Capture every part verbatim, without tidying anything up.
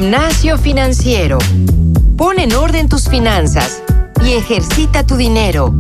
Gimnasio Financiero. Pon en orden tus finanzas y ejercita tu dinero.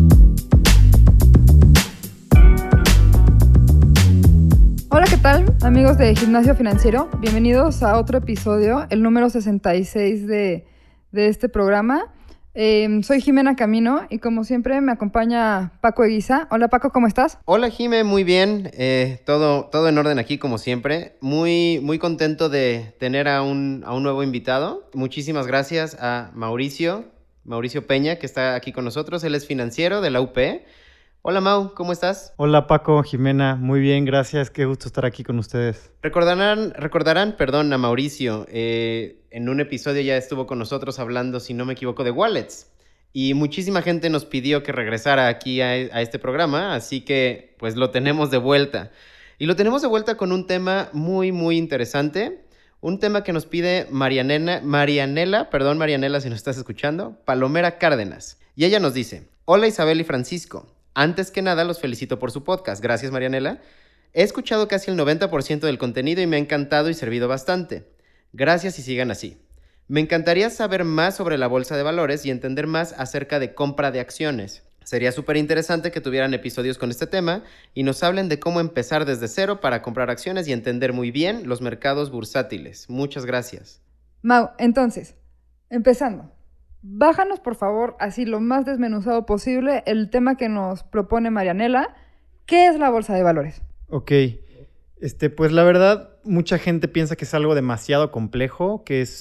Hola, ¿qué tal, amigos de Gimnasio Financiero? Bienvenidos a otro episodio, el número sesenta y seis de, de este programa. Eh, soy Jimena Camino y como siempre me acompaña Paco Eguiza. Hola Paco, ¿cómo estás? Hola Jime, muy bien, eh, todo, todo en orden aquí como siempre. Muy, muy contento de tener a un, a un nuevo invitado. Muchísimas gracias a Mauricio, Mauricio Peña, que está aquí con nosotros. Él es financiero de la U P. Hola Mau, ¿cómo estás? Hola Paco, Jimena, muy bien, gracias, qué gusto estar aquí con ustedes. Recordarán, recordarán, perdón, a Mauricio, eh, en un episodio ya estuvo con nosotros hablando, si no me equivoco, de wallets. Y muchísima gente nos pidió que regresara aquí a, a este programa, así que pues lo tenemos de vuelta. Y lo tenemos de vuelta con un tema muy, muy interesante. Un tema que nos pide Marianela, Marianela, perdón Marianela si nos estás escuchando, Palomera Cárdenas. Y ella nos dice: hola Isabel y Francisco. Antes que nada, los felicito por su podcast. Gracias, Marianela. He escuchado casi el noventa por ciento del contenido y me ha encantado y servido bastante. Gracias y sigan así. Me encantaría saber más sobre la bolsa de valores y entender más acerca de compra de acciones. Sería súper interesante que tuvieran episodios con este tema y nos hablen de cómo empezar desde cero para comprar acciones y entender muy bien los mercados bursátiles. Muchas gracias. Mau, entonces, empezando. Bájanos, por favor, así lo más desmenuzado posible, el tema que nos propone Marianela. ¿Qué es la bolsa de valores? Ok, este, pues la verdad, mucha gente piensa que es algo demasiado complejo, que es,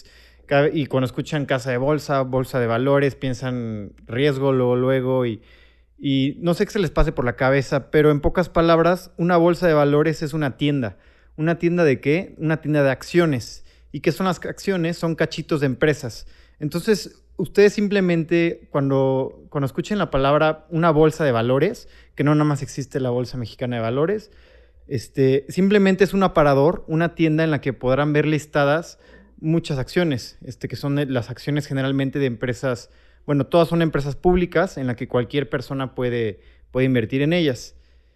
y cuando escuchan casa de bolsa, bolsa de valores, piensan riesgo luego, luego, y, y no sé qué se les pase por la cabeza, pero en pocas palabras, una bolsa de valores es una tienda. ¿Una tienda de qué? Una tienda de acciones. ¿Y qué son las acciones? Son cachitos de empresas. Entonces, ustedes simplemente, cuando, cuando escuchen la palabra una bolsa de valores, que no nada más existe la Bolsa Mexicana de Valores, este, simplemente es un aparador, una tienda en la que podrán ver listadas muchas acciones, este, que son las acciones generalmente de empresas, bueno, todas son empresas públicas en las que cualquier persona puede, puede invertir en ellas.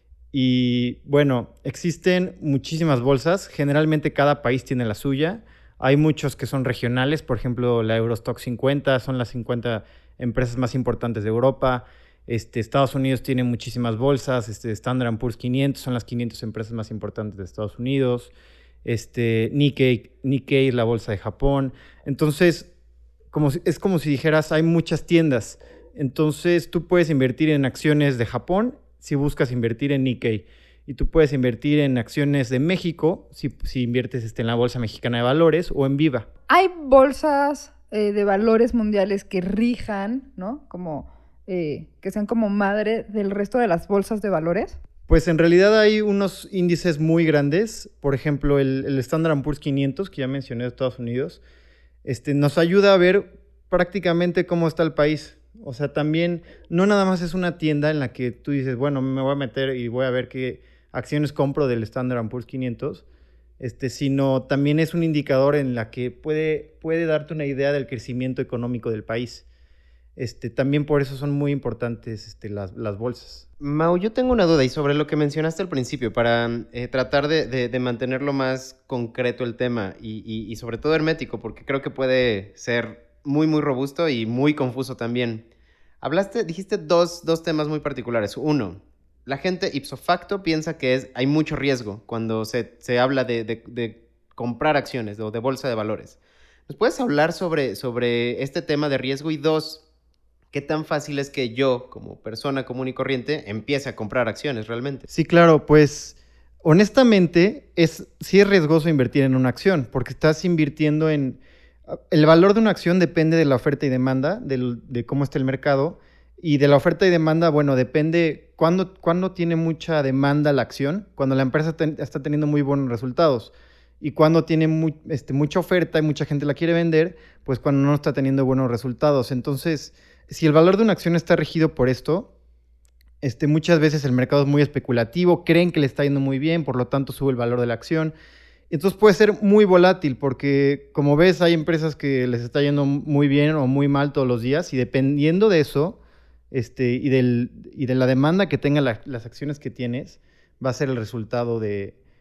Y bueno, existen muchísimas bolsas, generalmente cada país tiene la suya. Hay muchos que son regionales, por ejemplo, la Eurostock cincuenta, son las cincuenta empresas más importantes de Europa. Este, Estados Unidos tiene muchísimas bolsas, este, Standard and Poor's quinientos son las quinientas empresas más importantes de Estados Unidos. Este, Nikkei, Nikkei es la bolsa de Japón. Entonces, como si, es como si dijeras, hay muchas tiendas. Entonces, tú puedes invertir en acciones de Japón si buscas invertir en Nikkei. Y tú puedes invertir en acciones de México si, si inviertes este, en la Bolsa Mexicana de Valores o en Viva. Hay bolsas eh, de valores mundiales que rijan, ¿no? Como, eh, que sean como madre del resto de las bolsas de valores. Pues en realidad hay unos índices muy grandes. Por ejemplo, el, el Standard and Poor's quinientos, que ya mencioné de Estados Unidos, este, nos ayuda a ver prácticamente cómo está el país. O sea, también no nada más es una tienda en la que tú dices, bueno, me voy a meter y voy a ver qué acciones compro del Standard and Poor's quinientos, este, sino también es un indicador en la que puede, puede darte una idea del crecimiento económico del país. Este, también por eso son muy importantes este, las, las bolsas. Mau, yo tengo una duda y sobre lo que mencionaste al principio, para eh, tratar de, de, de mantenerlo más concreto el tema y, y, y sobre todo hermético, porque creo que puede ser muy, muy robusto y muy confuso también. Hablaste, dijiste dos, dos temas muy particulares. Uno, la gente ipso facto piensa que es, hay mucho riesgo cuando se, se habla de, de, de comprar acciones o de bolsa de valores. ¿Nos puedes hablar sobre, sobre este tema de riesgo? Y dos, ¿qué tan fácil es que yo, como persona común y corriente, empiece a comprar acciones realmente? Sí, claro, pues honestamente es, sí es riesgoso invertir en una acción porque estás invirtiendo en... El valor de una acción depende de la oferta y demanda, del, de cómo está el mercado. Y de la oferta y demanda, bueno, depende cuándo, cuándo tiene mucha demanda la acción, cuando la empresa ten, está teniendo muy buenos resultados. Y cuando tiene muy, este, mucha oferta y mucha gente la quiere vender, pues cuando no está teniendo buenos resultados. Entonces, si el valor de una acción está regido por esto, este, muchas veces el mercado es muy especulativo, creen que le está yendo muy bien, por lo tanto sube el valor de la acción. Entonces puede ser muy volátil porque, como ves, hay empresas que les está yendo muy bien o muy mal todos los días y dependiendo de eso este, y, del, y de la demanda que tengan la, las acciones que tienes, va a ser el resultado de,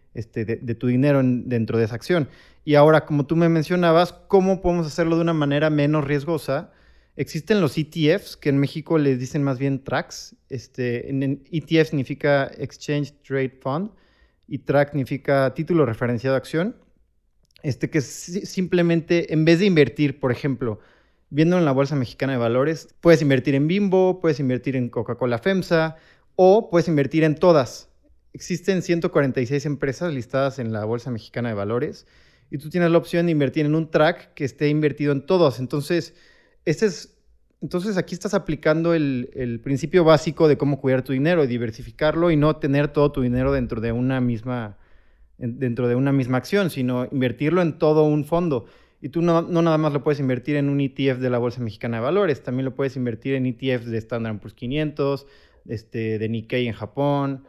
este, de, de tu dinero en, dentro de esa acción. Y ahora, como tú me mencionabas, ¿cómo podemos hacerlo de una manera menos riesgosa? Existen los E T Fs, que en México les dicen más bien tracks. Este, en, en E T F significa Exchange Trade Fund y track significa título referenciado a acción. Este, que simplemente, en vez de invertir, por ejemplo, viendo en la Bolsa Mexicana de Valores, puedes invertir en Bimbo, puedes invertir en Coca-Cola FEMSA o puedes invertir en todas. Existen ciento cuarenta y seis empresas listadas en la Bolsa Mexicana de Valores y tú tienes la opción de invertir en un track que esté invertido en todos. Entonces, este es, entonces aquí estás aplicando el, el principio básico de cómo cuidar tu dinero y diversificarlo y no tener todo tu dinero dentro de una misma, dentro de una misma acción, sino invertirlo en todo un fondo. Y tú no, no nada más lo puedes invertir en un E T F de la Bolsa Mexicana de Valores, también lo puedes invertir en E T Fs de Standard and Poor's quinientos, este, de Nikkei en Japón,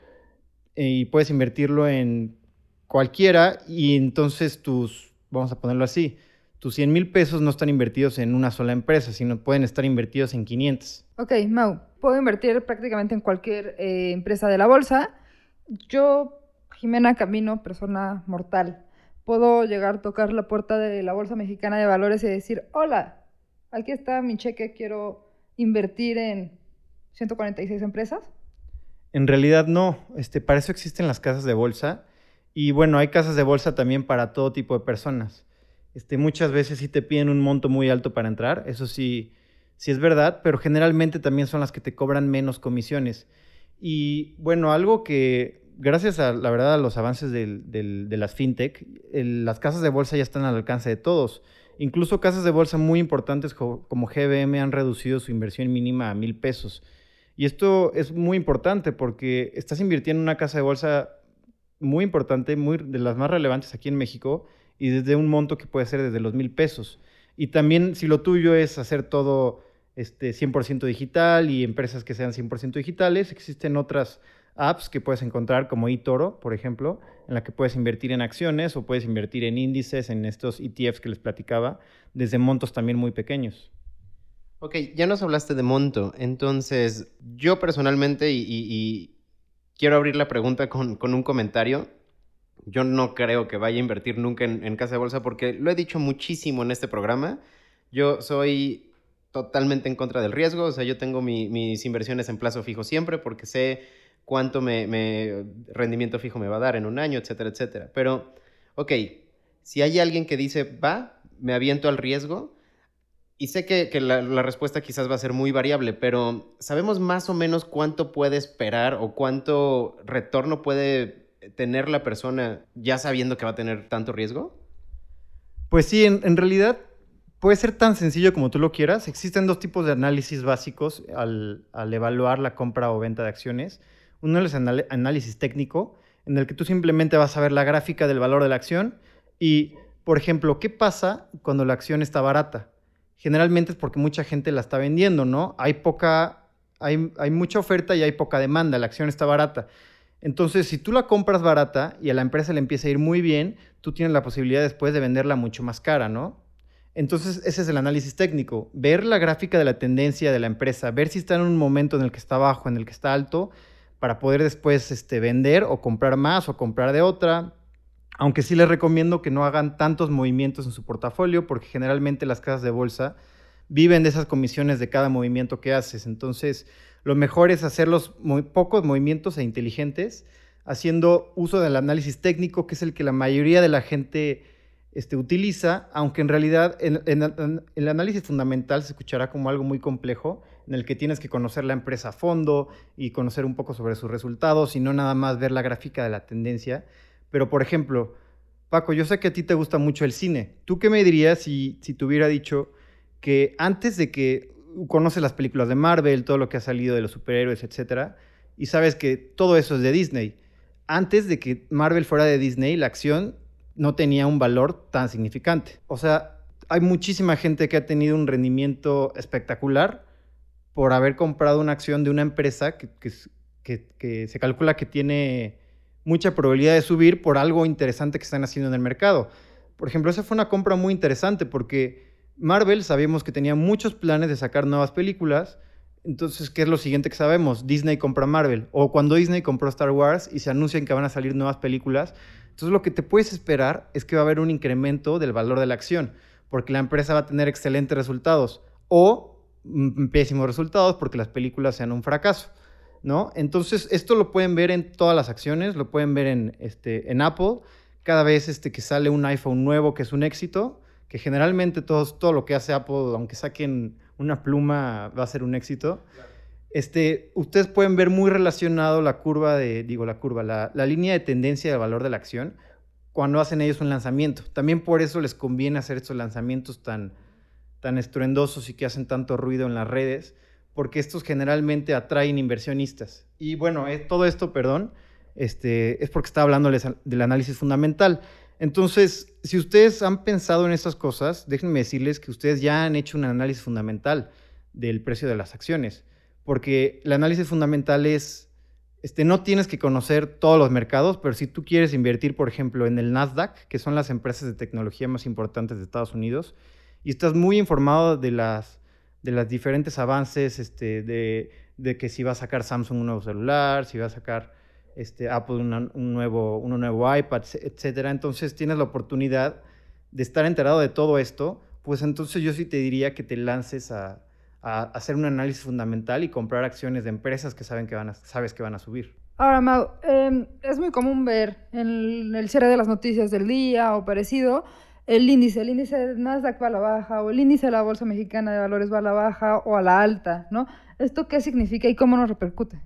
y puedes invertirlo en cualquiera y entonces tus, vamos a ponerlo así, tus cien mil pesos no están invertidos en una sola empresa, sino pueden estar invertidos en quinientas. Ok, Mau, puedo invertir prácticamente en cualquier eh, empresa de la bolsa. Yo, Jimena Camino, persona mortal, puedo llegar a tocar la puerta de la Bolsa Mexicana de Valores y decir, hola, aquí está mi cheque, quiero invertir en ciento cuarenta y seis empresas. En realidad no, este, para eso existen las casas de bolsa y bueno, hay casas de bolsa también para todo tipo de personas. Este, muchas veces sí te piden un monto muy alto para entrar, eso sí, sí es verdad, pero generalmente también son las que te cobran menos comisiones. Y bueno, algo que gracias a la verdad a los avances del, del, de las fintech, el, las casas de bolsa ya están al alcance de todos. Incluso casas de bolsa muy importantes como G B M han reducido su inversión mínima a mil pesos. Y esto es muy importante porque estás invirtiendo en una casa de bolsa muy importante, muy, de las más relevantes aquí en México, y desde un monto que puede ser desde los mil pesos. Y también si lo tuyo es hacer todo este, cien por ciento digital y empresas que sean cien por ciento digitales, existen otras apps que puedes encontrar como eToro, por ejemplo, en la que puedes invertir en acciones o puedes invertir en índices, en estos E T Fs que les platicaba, desde montos también muy pequeños. Ok, ya nos hablaste de monto, entonces yo personalmente, y, y, y quiero abrir la pregunta con, con un comentario, yo no creo que vaya a invertir nunca en, en casa de bolsa porque lo he dicho muchísimo en este programa, yo soy totalmente en contra del riesgo, o sea, yo tengo mi, mis inversiones en plazo fijo siempre porque sé cuánto me, me, rendimiento fijo me va a dar en un año, etcétera, etcétera. Pero, ok, si hay alguien que dice, va, me aviento al riesgo, y sé que, que la, la respuesta quizás va a ser muy variable, pero ¿sabemos más o menos cuánto puede esperar o cuánto retorno puede tener la persona ya sabiendo que va a tener tanto riesgo? Pues sí, en, en realidad puede ser tan sencillo como tú lo quieras. Existen dos tipos de análisis básicos al, al evaluar la compra o venta de acciones. Uno es el anal- análisis técnico, en el que tú simplemente vas a ver la gráfica del valor de la acción y, por ejemplo, ¿qué pasa cuando la acción está barata? Generalmente es porque mucha gente la está vendiendo, ¿no? Hay poca, hay, hay mucha oferta y hay poca demanda, la acción está barata. Entonces, si tú la compras barata y a la empresa le empieza a ir muy bien, tú tienes la posibilidad después de venderla mucho más cara, ¿no? Entonces, ese es el análisis técnico. Ver la gráfica de la tendencia de la empresa, ver si está en un momento en el que está bajo, en el que está alto, para poder después este, vender o comprar más o comprar de otra. Aunque sí les recomiendo que no hagan tantos movimientos en su portafolio, porque generalmente las casas de bolsa viven de esas comisiones de cada movimiento que haces. Entonces, lo mejor es hacer los muy pocos movimientos e inteligentes, haciendo uso del análisis técnico, que es el que la mayoría de la gente este, utiliza, aunque en realidad en, en, en el análisis fundamental se escuchará como algo muy complejo, en el que tienes que conocer la empresa a fondo y conocer un poco sobre sus resultados, y no nada más ver la gráfica de la tendencia. Pero, por ejemplo, Paco, yo sé que a ti te gusta mucho el cine. ¿Tú qué me dirías si, si te hubiera dicho que antes de que conoces las películas de Marvel, todo lo que ha salido de los superhéroes, etcétera, y sabes que todo eso es de Disney, antes de que Marvel fuera de Disney, la acción no tenía un valor tan significante? O sea, hay muchísima gente que ha tenido un rendimiento espectacular por haber comprado una acción de una empresa que, que, que, que se calcula que tiene mucha probabilidad de subir por algo interesante que están haciendo en el mercado. Por ejemplo, esa fue una compra muy interesante porque Marvel sabíamos que tenía muchos planes de sacar nuevas películas. Entonces, ¿qué es lo siguiente que sabemos? Disney compra Marvel. O cuando Disney compró Star Wars y se anuncian que van a salir nuevas películas. Entonces lo que te puedes esperar es que va a haber un incremento del valor de la acción, porque la empresa va a tener excelentes resultados o mm, pésimos resultados porque las películas sean un fracaso, ¿no? Entonces esto lo pueden ver en todas las acciones, lo pueden ver en, este, en Apple. Cada vez este, que sale un iPhone nuevo que es un éxito, que generalmente todos, todo lo que hace Apple, aunque saquen una pluma, va a ser un éxito. Este, ustedes pueden ver muy relacionado la curva de, digo la curva, la, la línea de tendencia del valor de la acción cuando hacen ellos un lanzamiento. También por eso les conviene hacer estos lanzamientos tan, tan estruendosos y que hacen tanto ruido en las redes, porque estos generalmente atraen inversionistas. Y bueno, eh, todo esto, perdón, este, es porque estaba hablándoles del análisis fundamental. Entonces, si ustedes han pensado en estas cosas, déjenme decirles que ustedes ya han hecho un análisis fundamental del precio de las acciones. Porque el análisis fundamental es, este, no tienes que conocer todos los mercados, pero si tú quieres invertir, por ejemplo, en el Nasdaq, que son las empresas de tecnología más importantes de Estados Unidos, y estás muy informado de las, de los diferentes avances, este, de, de que si va a sacar Samsung un nuevo celular, si va a sacar este, Apple una, un, nuevo, un nuevo iPad, etcétera. Entonces tienes la oportunidad de estar enterado de todo esto, pues entonces yo sí te diría que te lances a a hacer un análisis fundamental y comprar acciones de empresas que saben que van a, sabes que van a subir. Ahora, Mau, eh, es muy común ver en el cierre de las noticias del día o parecido el índice, el índice de Nasdaq va a la baja o el índice de la Bolsa Mexicana de Valores va a la baja o a la alta, ¿no? ¿Esto qué significa y cómo nos repercute?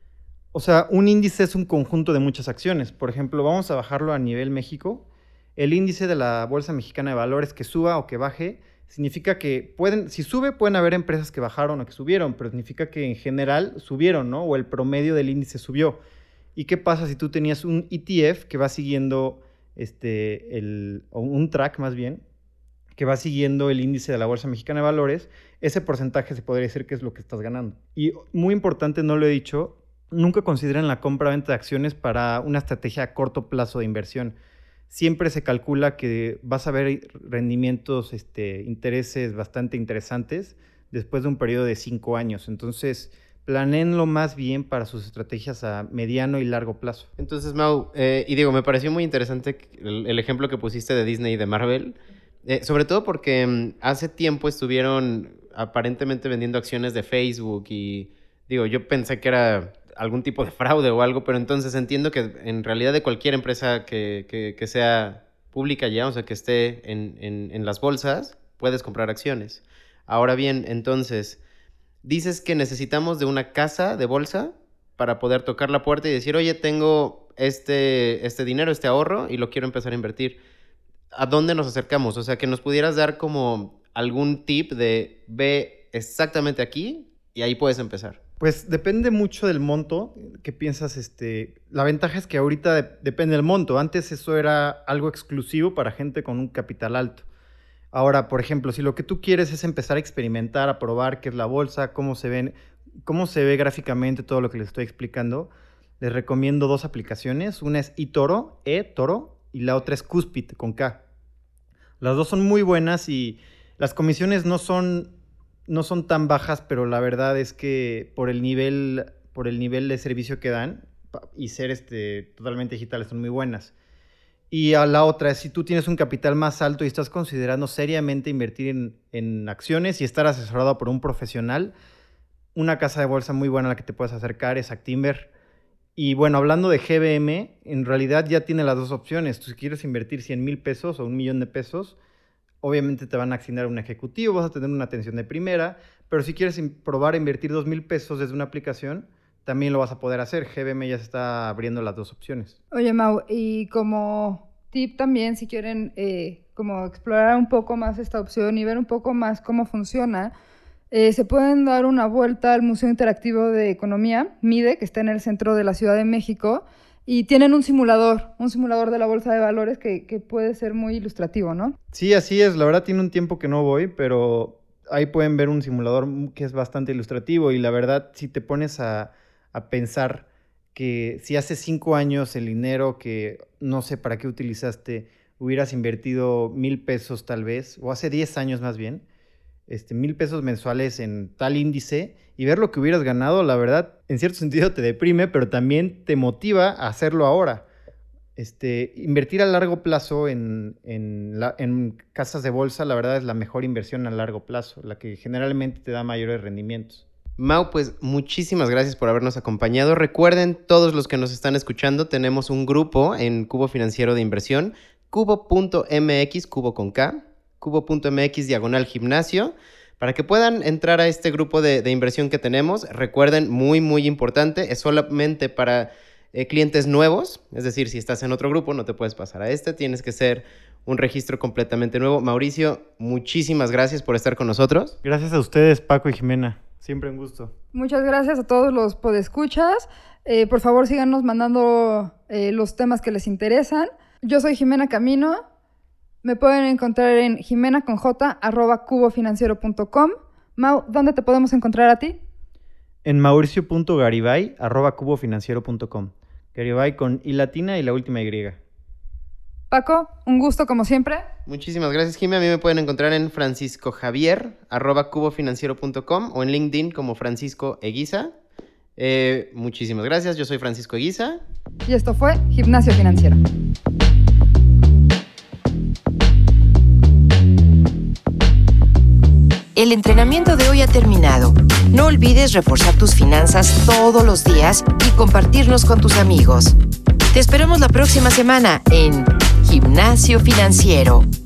O sea, un índice es un conjunto de muchas acciones. Por ejemplo, vamos a bajarlo a nivel México. El índice de la Bolsa Mexicana de Valores que suba o que baje significa que pueden, si sube, pueden haber empresas que bajaron o que subieron, pero significa que en general subieron, ¿no? O el promedio del índice subió. ¿Y qué pasa si tú tenías un E T F que va siguiendo, este, el, o un track más bien, que va siguiendo el índice de la Bolsa Mexicana de Valores? Ese porcentaje se podría decir que es lo que estás ganando. Y muy importante, no lo he dicho, nunca consideren la compra-venta de acciones para una estrategia a corto plazo de inversión. Siempre se calcula que vas a ver rendimientos, este, intereses bastante interesantes después de un periodo de cinco años. Entonces, planéenlo más bien para sus estrategias a mediano y largo plazo. Entonces, Mau, eh, y digo, me pareció muy interesante el, el ejemplo que pusiste de Disney y de Marvel, eh, sobre todo porque um, hace tiempo estuvieron aparentemente vendiendo acciones de Facebook y, digo, yo pensé que era algún tipo de fraude o algo, pero entonces entiendo que en realidad de cualquier empresa que, que, que sea pública ya, o sea, que esté en, en, en las bolsas, puedes comprar acciones. Ahora bien, entonces, dices que necesitamos de una casa de bolsa para poder tocar la puerta y decir, oye, tengo este, este dinero, este ahorro y lo quiero empezar a invertir. ¿A dónde nos acercamos? O sea, que nos pudieras dar como algún tip de ve exactamente aquí y ahí puedes empezar. Pues depende mucho del monto que piensas. Este, la ventaja es que ahorita de, depende del monto. Antes eso era algo exclusivo para gente con un capital alto. Ahora, por ejemplo, si lo que tú quieres es empezar a experimentar, a probar qué es la bolsa, cómo se ven, cómo se ve gráficamente todo lo que les estoy explicando, les recomiendo dos aplicaciones. Una es eToro, eToro, y la otra es Cuspid, con K. Las dos son muy buenas y las comisiones no son... no son tan bajas, pero la verdad es que por el nivel, por el nivel de servicio que dan y ser este, totalmente digitales son muy buenas. Y a la otra es si tú tienes un capital más alto y estás considerando seriamente invertir en, en acciones y estar asesorado por un profesional, una casa de bolsa muy buena a la que te puedes acercar es Actinver. Y bueno, hablando de G B M, en realidad ya tiene las dos opciones. Tú si quieres invertir cien mil pesos o un millón de pesos, obviamente te van a asignar un ejecutivo, vas a tener una atención de primera, pero si quieres probar a invertir dos mil pesos desde una aplicación, también lo vas a poder hacer. G B M ya se está abriendo las dos opciones. Oye, Mau, y como tip también, si quieren eh, como explorar un poco más esta opción y ver un poco más cómo funciona, eh, se pueden dar una vuelta al Museo Interactivo de Economía, MIDE, que está en el centro de la Ciudad de México, y tienen un simulador, un simulador de la bolsa de valores que, que puede ser muy ilustrativo, ¿no? Sí, así es. La verdad tiene un tiempo que no voy, pero ahí pueden ver un simulador que es bastante ilustrativo. Y la verdad, si te pones a, a pensar que si hace cinco años el dinero que no sé para qué utilizaste, hubieras invertido mil pesos tal vez, o hace diez años más bien, este, mil pesos mensuales en tal índice y ver lo que hubieras ganado, la verdad, en cierto sentido te deprime, pero también te motiva a hacerlo ahora. Este, invertir a largo plazo en, en, la, en casas de bolsa, la verdad es la mejor inversión a largo plazo, la que generalmente te da mayores rendimientos. Mau, pues muchísimas gracias por habernos acompañado. Recuerden, todos los que nos están escuchando, tenemos un grupo en Cubo Financiero de Inversión, cubo punto m x, cubo con K, cubo punto m x diagonal gimnasio, para que puedan entrar a este grupo de, de inversión que tenemos. Recuerden, muy, muy importante, es solamente para eh, clientes nuevos, es decir, si estás en otro grupo no te puedes pasar a este, tienes que ser un registro completamente nuevo. Mauricio, muchísimas gracias por estar con nosotros. Gracias a ustedes, Paco y Jimena. Siempre un gusto. Muchas gracias a todos los podescuchas. Eh, por favor, síganos mandando eh, los temas que les interesan. Yo soy Jimena Camino. Me pueden encontrar en jimenaconj arroba cubofinanciero punto com. Mau, ¿dónde te podemos encontrar a ti? En mauricio punto garibay arroba cubofinanciero punto com. Garibay con I latina y la última Y. Paco, un gusto como siempre. Muchísimas gracias, Jimmy. A mí me pueden encontrar en franciscojavier arroba cubofinanciero punto com o en LinkedIn como Francisco Eguiza. Eh, muchísimas gracias. Yo soy Francisco Eguiza. Y esto fue Gimnasio Financiero. El entrenamiento de hoy ha terminado. No olvides reforzar tus finanzas todos los días y compartirnos con tus amigos. Te esperamos la próxima semana en Gimnasio Financiero.